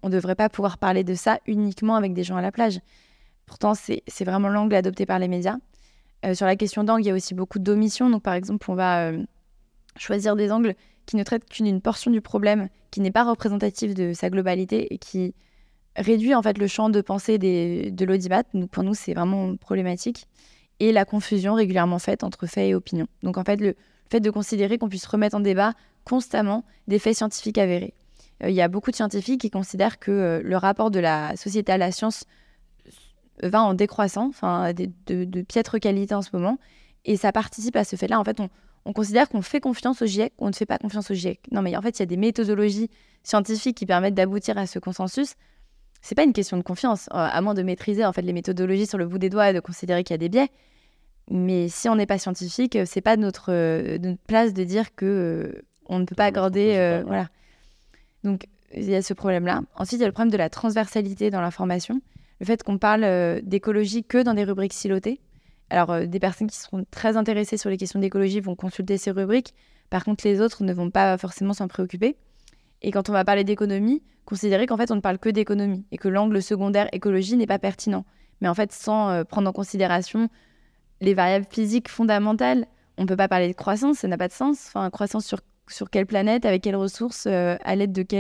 on ne devrait pas pouvoir parler de ça uniquement avec des gens à la plage. Pourtant, c'est vraiment l'angle adopté par les médias. Sur la question d'angle, il y a aussi beaucoup d'omissions. Donc, par exemple, on va choisir des angles qui ne traitent qu'une portion du problème, qui n'est pas représentative de sa globalité et qui réduit en fait le champ de pensée de l'audimat. Donc, pour nous, c'est vraiment problématique. Et la confusion régulièrement faite entre faits et opinions. Donc, en fait, le fait de considérer qu'on puisse remettre en débat constamment des faits scientifiques avérés. Il y a beaucoup de scientifiques qui considèrent que le rapport de la société à la science va en décroissant, enfin de piètre qualité en ce moment, et ça participe à ce fait-là. En fait, on considère qu'on fait confiance au GIEC, on ne fait pas confiance au GIEC. Non, mais en fait, il y a des méthodologies scientifiques qui permettent d'aboutir à ce consensus. C'est pas une question de confiance, à moins de maîtriser en fait les méthodologies sur le bout des doigts et de considérer qu'il y a des biais. Mais si on n'est pas scientifique, c'est pas notre place de dire que on ne peut pas accorder, voilà. Donc il y a ce problème-là. Ensuite, il y a le problème de la transversalité dans l'information. Le fait qu'on parle d'écologie que dans des rubriques silotées. Alors, des personnes qui seront très intéressées sur les questions d'écologie vont consulter ces rubriques. Par contre, les autres ne vont pas forcément s'en préoccuper. Et quand on va parler d'économie, considérer qu'en fait, on ne parle que d'économie et que l'angle secondaire écologie n'est pas pertinent. Mais en fait, sans prendre en considération les variables physiques fondamentales, on ne peut pas parler de croissance, ça n'a pas de sens. Enfin, croissance sur quelle planète, avec quelles ressources, à l'aide de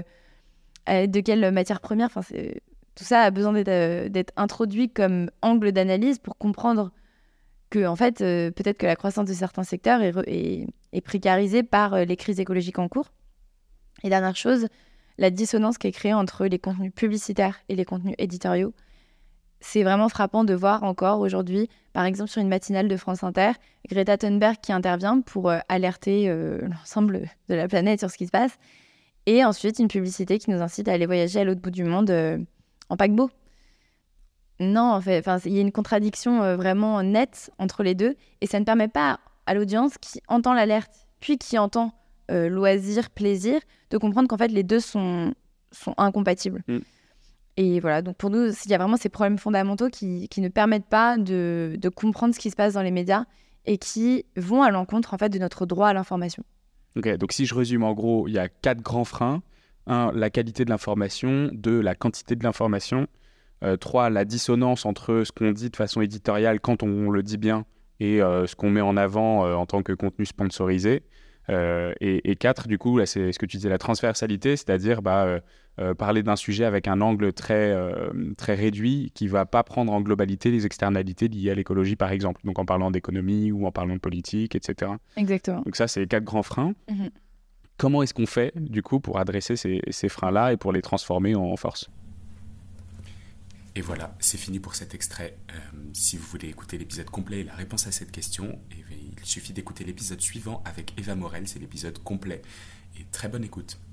quelle matière première. Enfin, tout ça a besoin d'être introduit comme angle d'analyse pour comprendre que, en fait, peut-être que la croissance de certains secteurs est précarisée par les crises écologiques en cours. Et dernière chose, la dissonance qui est créée entre les contenus publicitaires et les contenus éditoriaux. C'est vraiment frappant de voir encore aujourd'hui, par exemple sur une matinale de France Inter, Greta Thunberg qui intervient pour alerter l'ensemble de la planète sur ce qui se passe, et ensuite une publicité qui nous incite à aller voyager à l'autre bout du monde en paquebot. Non, en fait, il y a une contradiction vraiment nette entre les deux, et ça ne permet pas à l'audience qui entend l'alerte, puis qui entend loisir, plaisir, de comprendre qu'en fait les deux sont incompatibles. Et voilà, donc pour nous, il y a vraiment ces problèmes fondamentaux qui ne permettent pas de comprendre ce qui se passe dans les médias et qui vont à l'encontre en fait, de notre droit à l'information. Ok, donc si je résume en gros, il y a 4 grands freins. 1, la qualité de l'information. 2, la quantité de l'information. 3, la dissonance entre ce qu'on dit de façon éditoriale quand on le dit bien et ce qu'on met en avant en tant que contenu sponsorisé. Et 4, du coup, là, c'est ce que tu disais, la transversalité, c'est-à-dire parler d'un sujet avec un angle très réduit qui ne va pas prendre en globalité les externalités liées à l'écologie, par exemple. Donc en parlant d'économie ou en parlant de politique, etc. Exactement. Donc ça, c'est les 4 grands freins. Mm-hmm. Comment est-ce qu'on fait, du coup, pour adresser ces freins-là et pour les transformer en force ? Et voilà, c'est fini pour cet extrait. Si vous voulez écouter l'épisode complet et la réponse à cette question, il suffit d'écouter l'épisode suivant avec Eva Morel, c'est l'épisode complet. Et très bonne écoute.